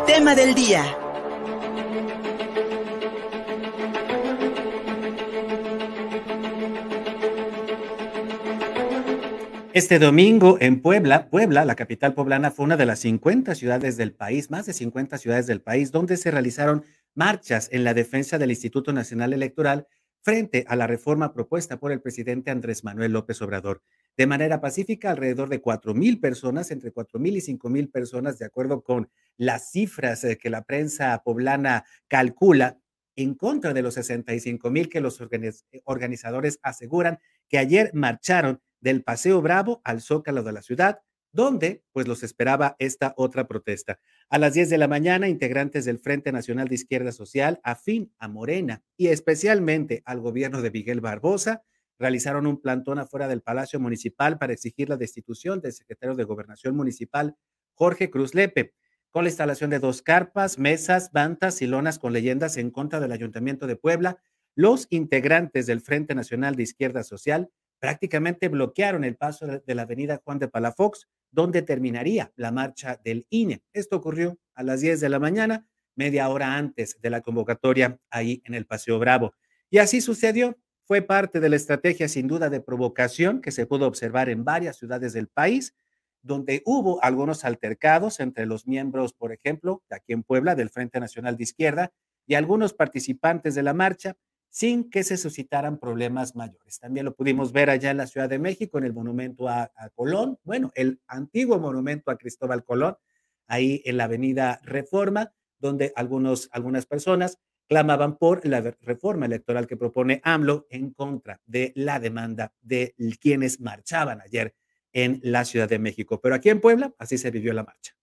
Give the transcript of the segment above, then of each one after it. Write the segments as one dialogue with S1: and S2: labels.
S1: Tema del día.
S2: Este domingo en Puebla, la capital poblana, fue una de las 50 ciudades del país, más de 50 ciudades del país, donde se realizaron marchas en la defensa del Instituto Nacional Electoral frente a la reforma propuesta por el presidente Andrés Manuel López Obrador. De manera pacífica, alrededor de 4,000 personas, entre 4,000 y 5,000 personas, de acuerdo con las cifras que la prensa poblana calcula, en contra de los 65,000 que los organizadores aseguran que ayer marcharon del Paseo Bravo al Zócalo de la ciudad, donde pues los esperaba esta otra protesta. A las 10 de la mañana, integrantes del Frente Nacional de Izquierda Social, afín a Morena y especialmente al gobierno de Miguel Barbosa, realizaron un plantón afuera del Palacio Municipal para exigir la destitución del secretario de Gobernación Municipal, Jorge Cruz Lepe, con la instalación de 2 carpas, mesas, mantas y lonas con leyendas en contra del Ayuntamiento de Puebla. Los integrantes del Frente Nacional de Izquierda Social prácticamente bloquearon el paso de la avenida Juan de Palafox, donde terminaría la marcha del INE. Esto ocurrió a las 10 de la mañana, media hora antes de la convocatoria ahí en el Paseo Bravo. Y así sucedió. Fue parte de la estrategia sin duda de provocación que se pudo observar en varias ciudades del país, donde hubo algunos altercados entre los miembros, por ejemplo, de aquí en Puebla, del Frente Nacional de Izquierda, y algunos participantes de la marcha, sin que se suscitaran problemas mayores. También lo pudimos ver allá en la Ciudad de México, en el monumento a Colón, bueno, el antiguo monumento a Cristóbal Colón, ahí en la avenida Reforma, donde algunas personas clamaban por la reforma electoral que propone AMLO en contra de la demanda de quienes marchaban ayer en la Ciudad de México. Pero aquí en Puebla, así se vivió la marcha.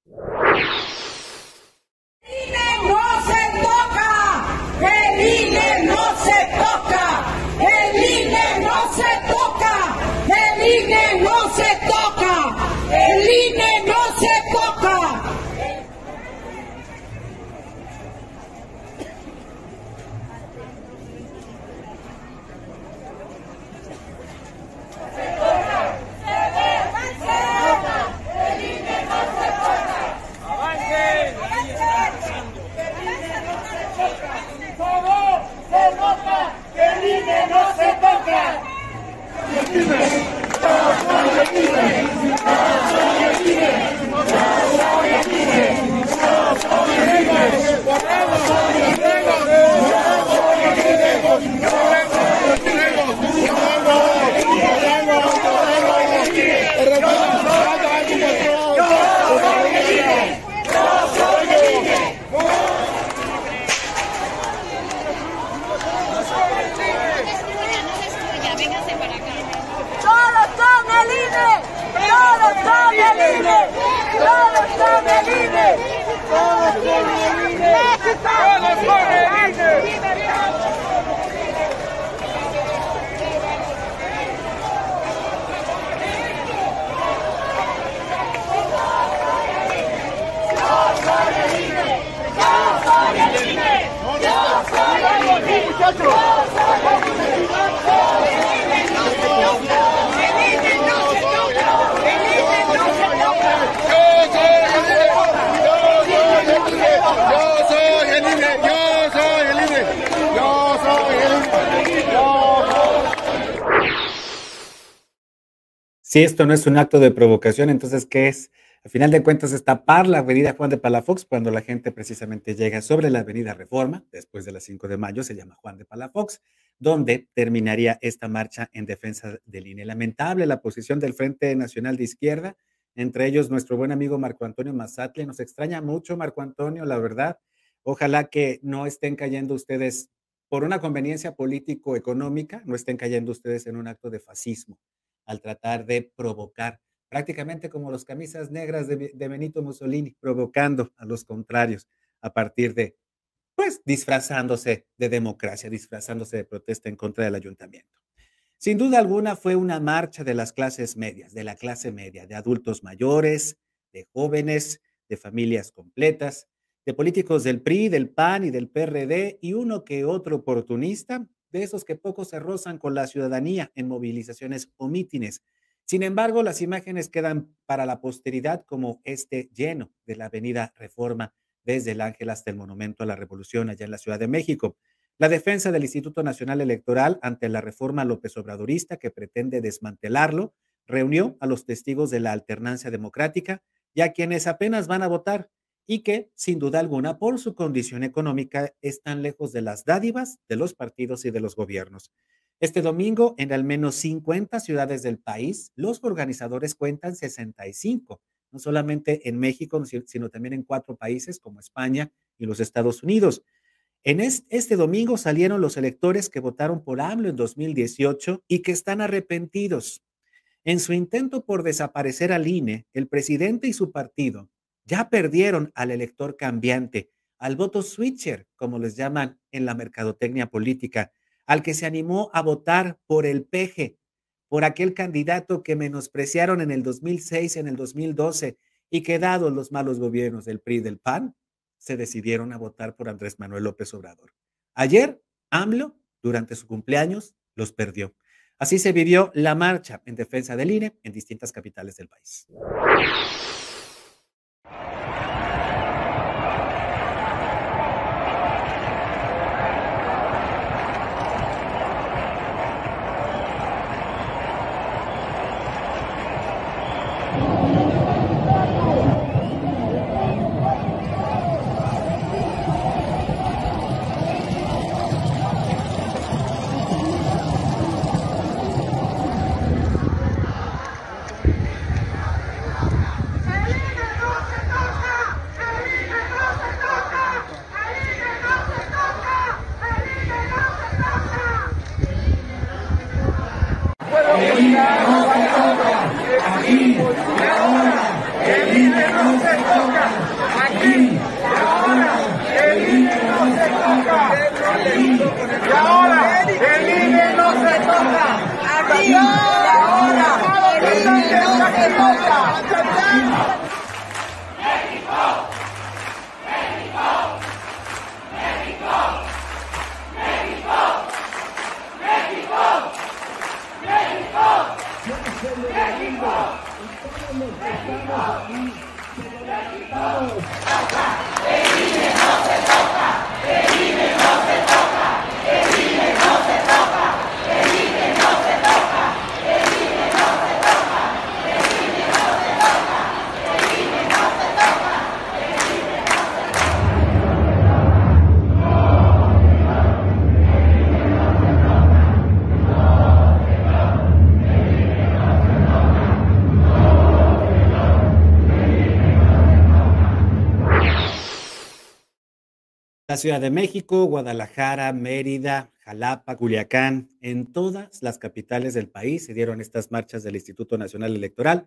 S3: No se toca, el INE no se toca, el INE no se toca, el INE no se toca, el INE no se toca.
S2: Si esto no es un acto de provocación, entonces, ¿qué es? Al final de cuentas, es tapar la avenida Juan de Palafox cuando la gente precisamente llega sobre la avenida Reforma, después de las 5 de mayo, se llama Juan de Palafox, donde terminaría esta marcha en defensa del INE. Lamentable la posición del Frente Nacional de Izquierda, entre ellos nuestro buen amigo Marco Antonio Mazatle. Nos extraña mucho, Marco Antonio, la verdad. Ojalá que no estén cayendo ustedes por una conveniencia político-económica, no estén cayendo ustedes en un acto de fascismo al tratar de provocar, prácticamente como los camisas negras de Benito Mussolini, provocando a los contrarios a partir de, pues, disfrazándose de democracia, disfrazándose de protesta en contra del ayuntamiento. Sin duda alguna fue una marcha de las clases medias, de la clase media, de adultos mayores, de jóvenes, de familias completas, de políticos del PRI, del PAN y del PRD y uno que otro oportunista, de esos que poco se rozan con la ciudadanía en movilizaciones o mítines. Sin embargo, las imágenes quedan para la posteridad como este lleno de la avenida Reforma desde el Ángel hasta el Monumento a la Revolución allá en la Ciudad de México. La defensa del Instituto Nacional Electoral ante la reforma López Obradorista que pretende desmantelarlo reunió a los testigos de la alternancia democrática y a quienes apenas van a votar y que, sin duda alguna, por su condición económica, están lejos de las dádivas de los partidos y de los gobiernos. Este domingo, en al menos 50 ciudades del país, los organizadores cuentan 65, no solamente en México, sino también en 4 países como España y los Estados Unidos. En este domingo salieron los electores que votaron por AMLO en 2018 y que están arrepentidos. En su intento por desaparecer al INE, el presidente y su partido ya perdieron al elector cambiante, al voto switcher, como les llaman en la mercadotecnia política, al que se animó a votar por el peje, por aquel candidato que menospreciaron en el 2006, en el 2012, y que dados los malos gobiernos del PRI y del PAN, se decidieron a votar por Andrés Manuel López Obrador. Ayer, AMLO, durante su cumpleaños, los perdió. Así se vivió la marcha en defensa del INE en distintas capitales del país. La Ciudad de México, Guadalajara, Mérida, Jalapa, Culiacán, en todas las capitales del país se dieron estas marchas del Instituto Nacional Electoral,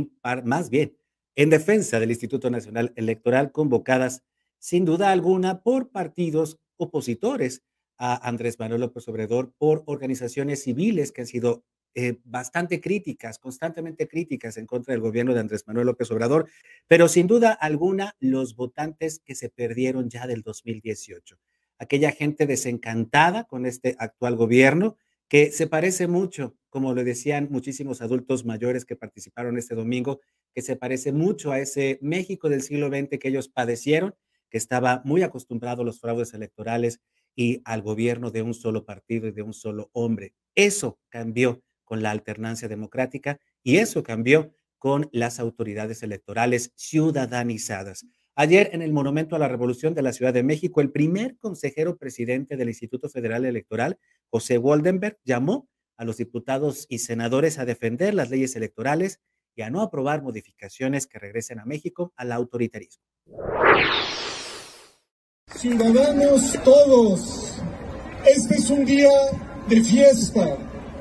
S2: más bien, en defensa del Instituto Nacional Electoral, convocadas sin duda alguna por partidos opositores a Andrés Manuel López Obrador, por organizaciones civiles que han sido bastante críticas, constantemente críticas en contra del gobierno de Andrés Manuel López Obrador, pero sin duda alguna los votantes que se perdieron ya del 2018. Aquella gente desencantada con este actual gobierno que se parece mucho, como le decían muchísimos adultos mayores que participaron este domingo, que se parece mucho a ese México del siglo XX que ellos padecieron, que estaba muy acostumbrado a los fraudes electorales y al gobierno de un solo partido y de un solo hombre. Eso cambió con la alternancia democrática y eso cambió con las autoridades electorales ciudadanizadas. Ayer en el Monumento a la Revolución de la Ciudad de México, el primer consejero presidente del Instituto Federal Electoral, José Woldenberg, llamó a los diputados y senadores a defender las leyes electorales y a no aprobar modificaciones que regresen a México al autoritarismo.
S1: Ciudadanos todos, este es un día de fiesta.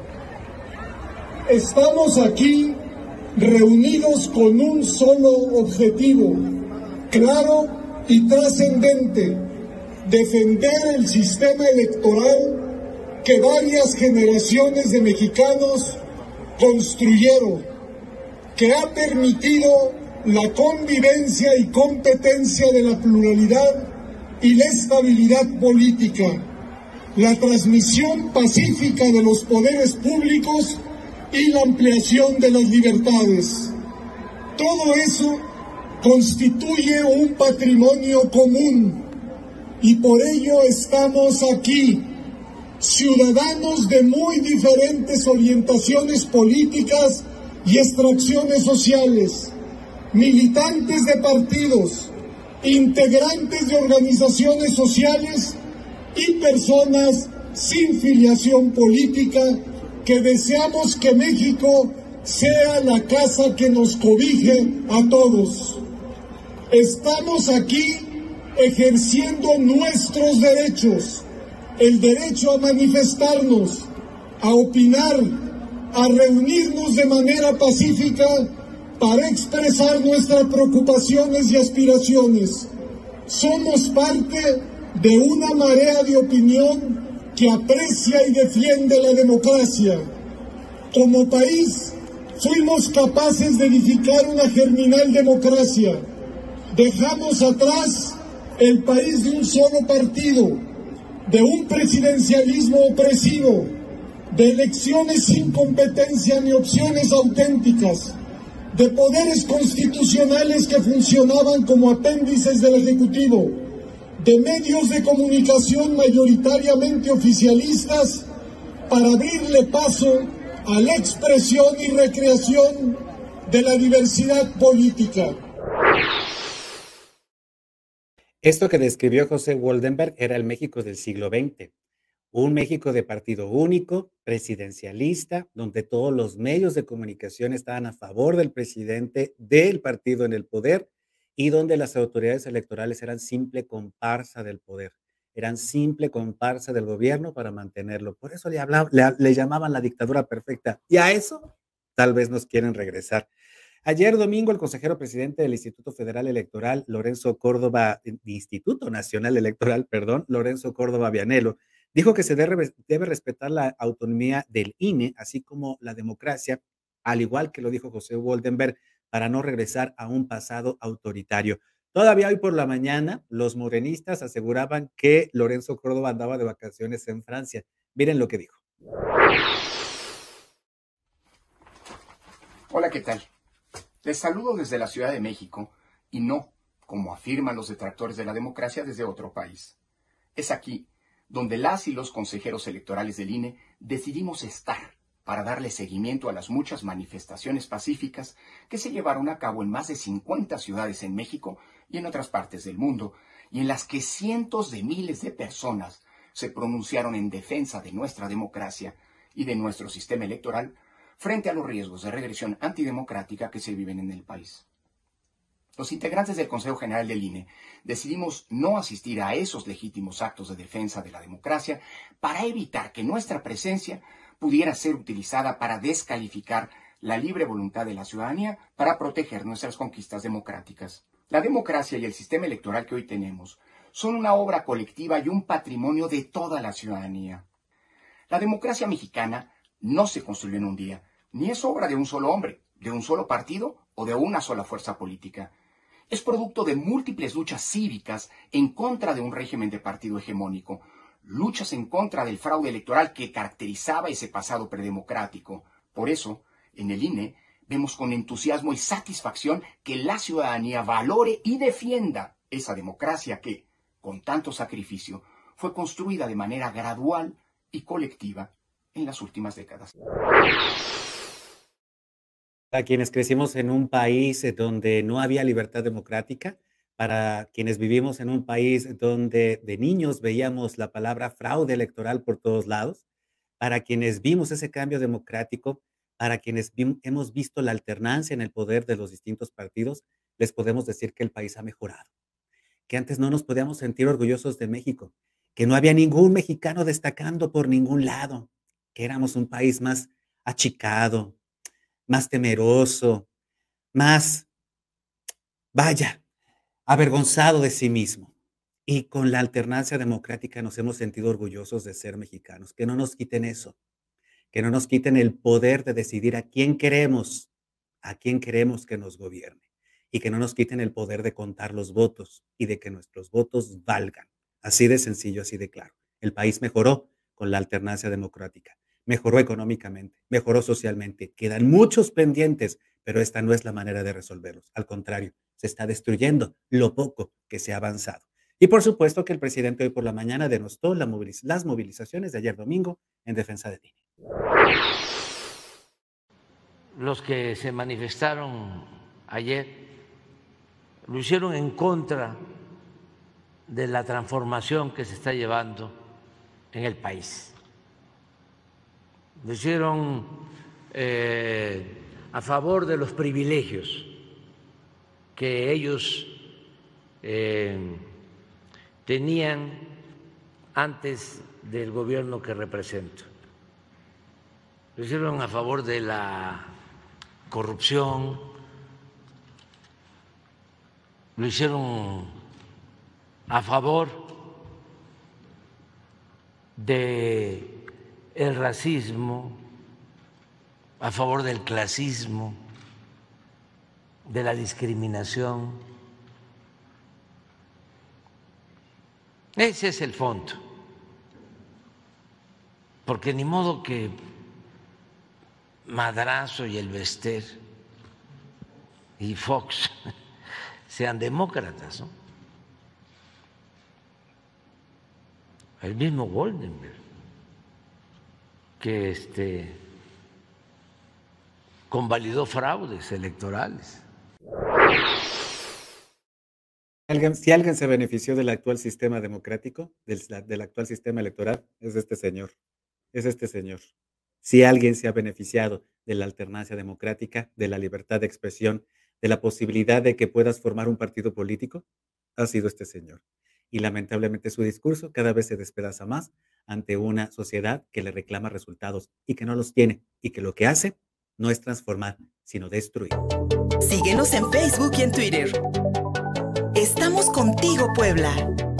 S1: Estamos aquí reunidos con un solo objetivo, claro y trascendente: defender el sistema electoral que varias generaciones de mexicanos construyeron, que ha permitido la convivencia y competencia de la pluralidad y la estabilidad política, la transmisión pacífica de los poderes públicos y la ampliación de las libertades. Todo eso constituye un patrimonio común y por ello estamos aquí, ciudadanos de muy diferentes orientaciones políticas y extracciones sociales, militantes de partidos, integrantes de organizaciones sociales y personas sin filiación política que deseamos que México sea la casa que nos cobije a todos. Estamos aquí ejerciendo nuestros derechos, el derecho a manifestarnos, a opinar, a reunirnos de manera pacífica para expresar nuestras preocupaciones y aspiraciones. Somos parte de una marea de opinión que aprecia y defiende la democracia. Como país, fuimos capaces de edificar una germinal democracia. Dejamos atrás el país de un solo partido, de un presidencialismo opresivo, de elecciones sin competencia ni opciones auténticas, de poderes constitucionales que funcionaban como apéndices del Ejecutivo, de medios de comunicación mayoritariamente oficialistas para abrirle paso a la expresión y recreación de la diversidad política.
S2: Esto que describió José Woldenberg era el México del siglo XX, un México de partido único, presidencialista, donde todos los medios de comunicación estaban a favor del presidente, del partido en el poder, y donde las autoridades electorales eran simple comparsa del poder, eran simple comparsa del gobierno para mantenerlo. Por eso le llamaban la dictadura perfecta. Y a eso tal vez nos quieren regresar. Ayer domingo, el consejero presidente del Instituto Federal Electoral, Instituto Nacional Electoral, perdón, Lorenzo Córdoba Vianello, dijo que se debe respetar la autonomía del INE, así como la democracia, al igual que lo dijo José Woldenberg, para no regresar a un pasado autoritario. Todavía hoy por la mañana, los morenistas aseguraban que Lorenzo Córdoba andaba de vacaciones en Francia. Miren lo que dijo.
S4: Hola, ¿qué tal? Les saludo desde la Ciudad de México y no, como afirman los detractores de la democracia, desde otro país. Es aquí donde las y los consejeros electorales del INE decidimos estar para darle seguimiento a las muchas manifestaciones pacíficas que se llevaron a cabo en más de 50 ciudades en México y en otras partes del mundo, y en las que cientos de miles de personas se pronunciaron en defensa de nuestra democracia y de nuestro sistema electoral frente a los riesgos de regresión antidemocrática que se viven en el país. Los integrantes del Consejo General del INE decidimos no asistir a esos legítimos actos de defensa de la democracia para evitar que nuestra presencia pudiera ser utilizada para descalificar la libre voluntad de la ciudadanía para proteger nuestras conquistas democráticas. La democracia y el sistema electoral que hoy tenemos son una obra colectiva y un patrimonio de toda la ciudadanía. La democracia mexicana no se construyó en un día, ni es obra de un solo hombre, de un solo partido o de una sola fuerza política. Es producto de múltiples luchas cívicas en contra de un régimen de partido hegemónico, luchas en contra del fraude electoral que caracterizaba ese pasado predemocrático. Por eso, en el INE, vemos con entusiasmo y satisfacción que la ciudadanía valore y defienda esa democracia que, con tanto sacrificio, fue construida de manera gradual y colectiva en las últimas décadas.
S2: Para quienes crecimos en un país donde no había libertad democrática, para quienes vivimos en un país donde de niños veíamos la palabra fraude electoral por todos lados, para quienes vimos ese cambio democrático, para quienes hemos visto la alternancia en el poder de los distintos partidos, les podemos decir que el país ha mejorado, que antes no nos podíamos sentir orgullosos de México, que no había ningún mexicano destacando por ningún lado, que éramos un país más achicado, más temeroso, más, vaya, avergonzado de sí mismo. Y con la alternancia democrática nos hemos sentido orgullosos de ser mexicanos. Que no nos quiten eso, que no nos quiten el poder de decidir a quién queremos que nos gobierne. Y que no nos quiten el poder de contar los votos y de que nuestros votos valgan. Así de sencillo, así de claro. El país mejoró con la alternancia democrática. Mejoró económicamente, mejoró socialmente. Quedan muchos pendientes, pero esta no es la manera de resolverlos. Al contrario, se está destruyendo lo poco que se ha avanzado. Y por supuesto que el presidente hoy por la mañana denostó las movilizaciones de ayer domingo en defensa del INE.
S5: Los que se manifestaron ayer lo hicieron en contra de la transformación que se está llevando en el país. Lo hicieron a favor de los privilegios que ellos tenían antes del gobierno que represento. Lo hicieron a favor de la corrupción, lo hicieron a favor de el racismo, a favor del clasismo, de la discriminación. Ese es el fondo, porque ni modo que Madrazo y Elvester y Fox sean demócratas, ¿no? El mismo Goldenberg, que convalidó fraudes electorales.
S2: Si alguien se benefició del actual sistema democrático, del actual sistema electoral, es este señor. Es este señor. Si alguien se ha beneficiado de la alternancia democrática, de la libertad de expresión, de la posibilidad de que puedas formar un partido político, ha sido este señor. Y lamentablemente su discurso cada vez se despedaza más ante una sociedad que le reclama resultados y que no los tiene, y que lo que hace no es transformar, sino destruir.
S6: Síguenos en Facebook y en Twitter. Estamos contigo, Puebla.